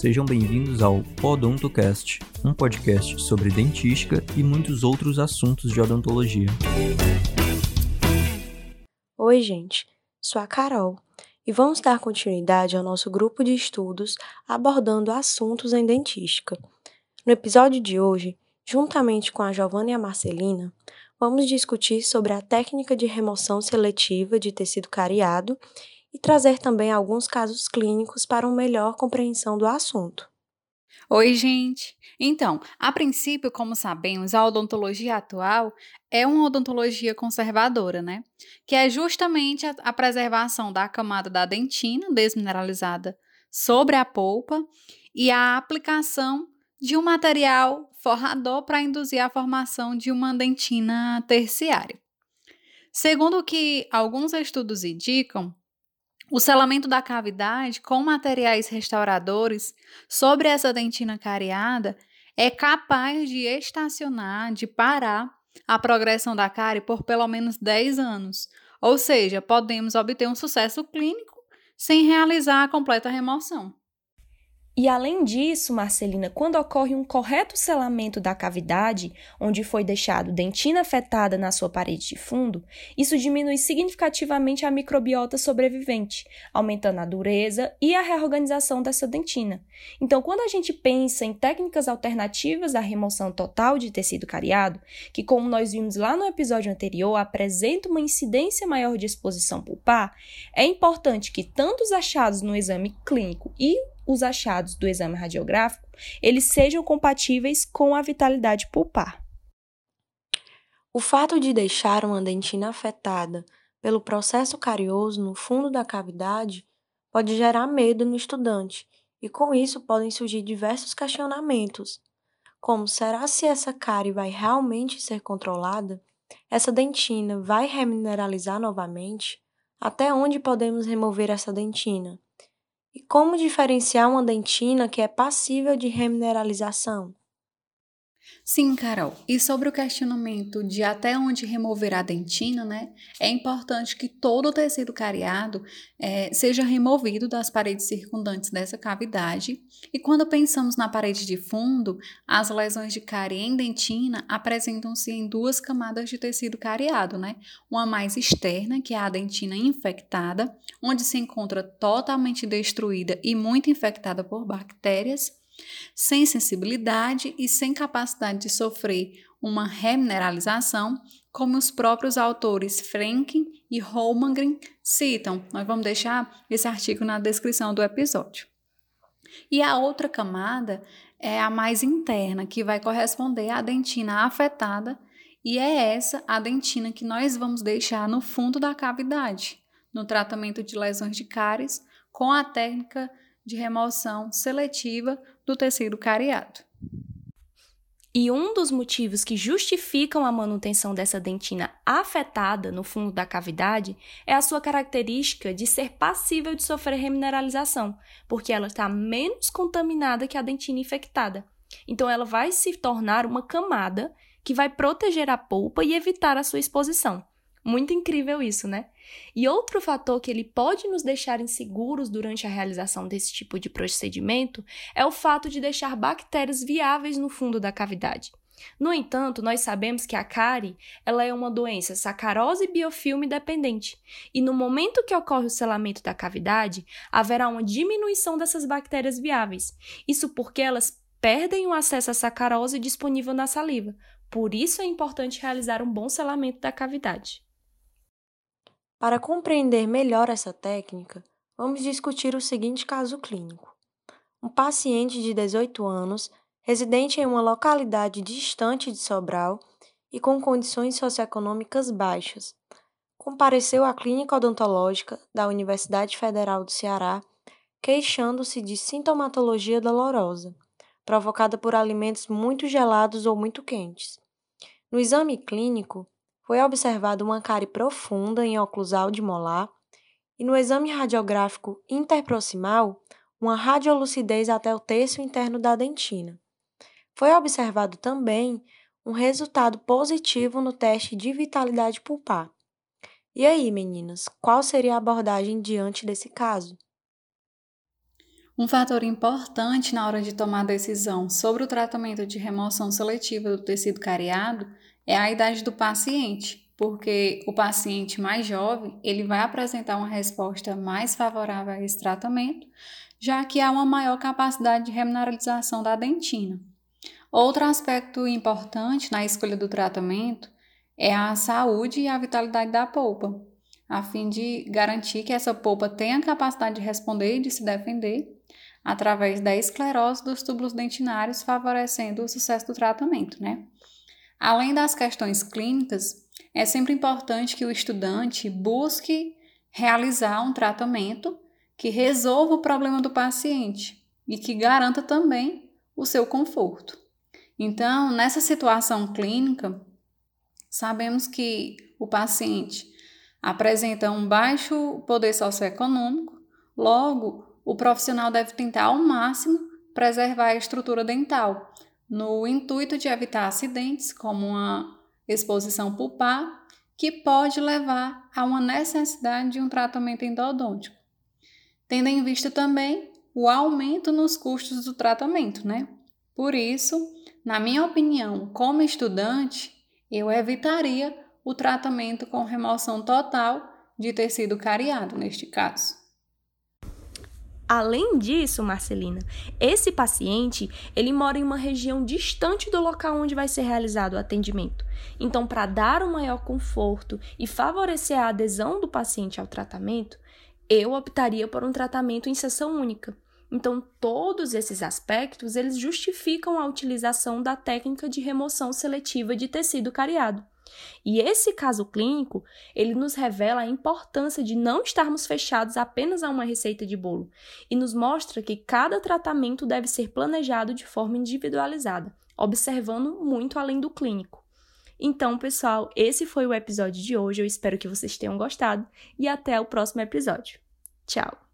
Sejam bem-vindos ao Odontocast, um podcast sobre dentística e muitos outros assuntos de odontologia. Oi, gente, sou a Carol e vamos dar continuidade ao nosso grupo de estudos abordando assuntos em dentística. No episódio de hoje, juntamente com a Giovana e a Marcelina, vamos discutir sobre a técnica de remoção seletiva de tecido cariado e trazer também alguns casos clínicos para uma melhor compreensão do assunto. Oi, gente! Então, a princípio, como sabemos, a odontologia atual é uma odontologia conservadora, né? Que é justamente a preservação da camada da dentina desmineralizada sobre a polpa e a aplicação de um material forrador para induzir a formação de uma dentina terciária. Segundo o que alguns estudos indicam, o selamento da cavidade com materiais restauradores sobre essa dentina cariada é capaz de estacionar, de parar a progressão da cárie por pelo menos 10 anos. Ou seja, podemos obter um sucesso clínico sem realizar a completa remoção. E além disso, Marcelina, quando ocorre um correto selamento da cavidade, onde foi deixado dentina afetada na sua parede de fundo, isso diminui significativamente a microbiota sobrevivente, aumentando a dureza e a reorganização dessa dentina. Então, quando a gente pensa em técnicas alternativas à remoção total de tecido cariado, que como nós vimos lá no episódio anterior, apresenta uma incidência maior de exposição pulpar, é importante que tanto os achados no exame clínico e os achados do exame radiográfico, eles sejam compatíveis com a vitalidade pulpar. O fato de deixar uma dentina afetada pelo processo carioso no fundo da cavidade pode gerar medo no estudante, e com isso podem surgir diversos questionamentos, como será se essa cárie vai realmente ser controlada? Essa dentina vai remineralizar novamente? Até onde podemos remover essa dentina? E como diferenciar uma dentina que é passível de remineralização? Sim, Carol. E sobre o questionamento de até onde remover a dentina, né? É importante que todo o tecido cariado seja removido das paredes circundantes dessa cavidade. E quando pensamos na parede de fundo, as lesões de cárie em dentina apresentam-se em duas camadas de tecido cariado, né? Uma mais externa, que é a dentina infectada, onde se encontra totalmente destruída e muito infectada por bactérias, sem sensibilidade e sem capacidade de sofrer uma remineralização, como os próprios autores Frenken e Holmgren citam. Nós vamos deixar esse artigo na descrição do episódio. E a outra camada é a mais interna, que vai corresponder à dentina afetada, e é essa a dentina que nós vamos deixar no fundo da cavidade, no tratamento de lesões de cáries, com a técnica de remoção seletiva do tecido cariado. E um dos motivos que justificam a manutenção dessa dentina afetada no fundo da cavidade é a sua característica de ser passível de sofrer remineralização, porque ela está menos contaminada que a dentina infectada. Então, ela vai se tornar uma camada que vai proteger a polpa e evitar a sua exposição. Muito incrível isso, né? E outro fator que ele pode nos deixar inseguros durante a realização desse tipo de procedimento é o fato de deixar bactérias viáveis no fundo da cavidade. No entanto, nós sabemos que a cárie ela é uma doença sacarose biofilme dependente, e no momento que ocorre o selamento da cavidade, haverá uma diminuição dessas bactérias viáveis. Isso porque elas perdem o acesso à sacarose disponível na saliva. Por isso é importante realizar um bom selamento da cavidade. Para compreender melhor essa técnica, vamos discutir o seguinte caso clínico. Um paciente de 18 anos, residente em uma localidade distante de Sobral e com condições socioeconômicas baixas, compareceu à clínica odontológica da Universidade Federal do Ceará, queixando-se de sintomatologia dolorosa, provocada por alimentos muito gelados ou muito quentes. No exame clínico, foi observada uma cárie profunda em oclusal de molar e no exame radiográfico interproximal, uma radiolucidez até o terço interno da dentina. Foi observado também um resultado positivo no teste de vitalidade pulpar. E aí, meninas, qual seria a abordagem diante desse caso? Um fator importante na hora de tomar decisão sobre o tratamento de remoção seletiva do tecido cariado é a idade do paciente, porque o paciente mais jovem ele vai apresentar uma resposta mais favorável a esse tratamento, já que há uma maior capacidade de remineralização da dentina. Outro aspecto importante na escolha do tratamento é a saúde e a vitalidade da polpa, a fim de garantir que essa polpa tenha a capacidade de responder e de se defender através da esclerose dos túbulos dentinários, favorecendo o sucesso do tratamento, né? Além das questões clínicas, é sempre importante que o estudante busque realizar um tratamento que resolva o problema do paciente e que garanta também o seu conforto. Então, nessa situação clínica, sabemos que o paciente apresenta um baixo poder socioeconômico, logo, o profissional deve tentar ao máximo preservar a estrutura dental, no intuito de evitar acidentes, como uma exposição pulpar, que pode levar a uma necessidade de um tratamento endodôntico. Tendo em vista também o aumento nos custos do tratamento, né? Por isso, na minha opinião, como estudante, eu evitaria o tratamento com remoção total de tecido cariado, neste caso. Além disso, Marcelina, esse paciente, ele mora em uma região distante do local onde vai ser realizado o atendimento. Então, para dar um maior conforto e favorecer a adesão do paciente ao tratamento, eu optaria por um tratamento em sessão única. Então, todos esses aspectos, eles justificam a utilização da técnica de remoção seletiva de tecido cariado. E esse caso clínico, ele nos revela a importância de não estarmos fechados apenas a uma receita de bolo e nos mostra que cada tratamento deve ser planejado de forma individualizada, observando muito além do clínico. Então, pessoal, esse foi o episódio de hoje. Eu espero que vocês tenham gostado e até o próximo episódio. Tchau!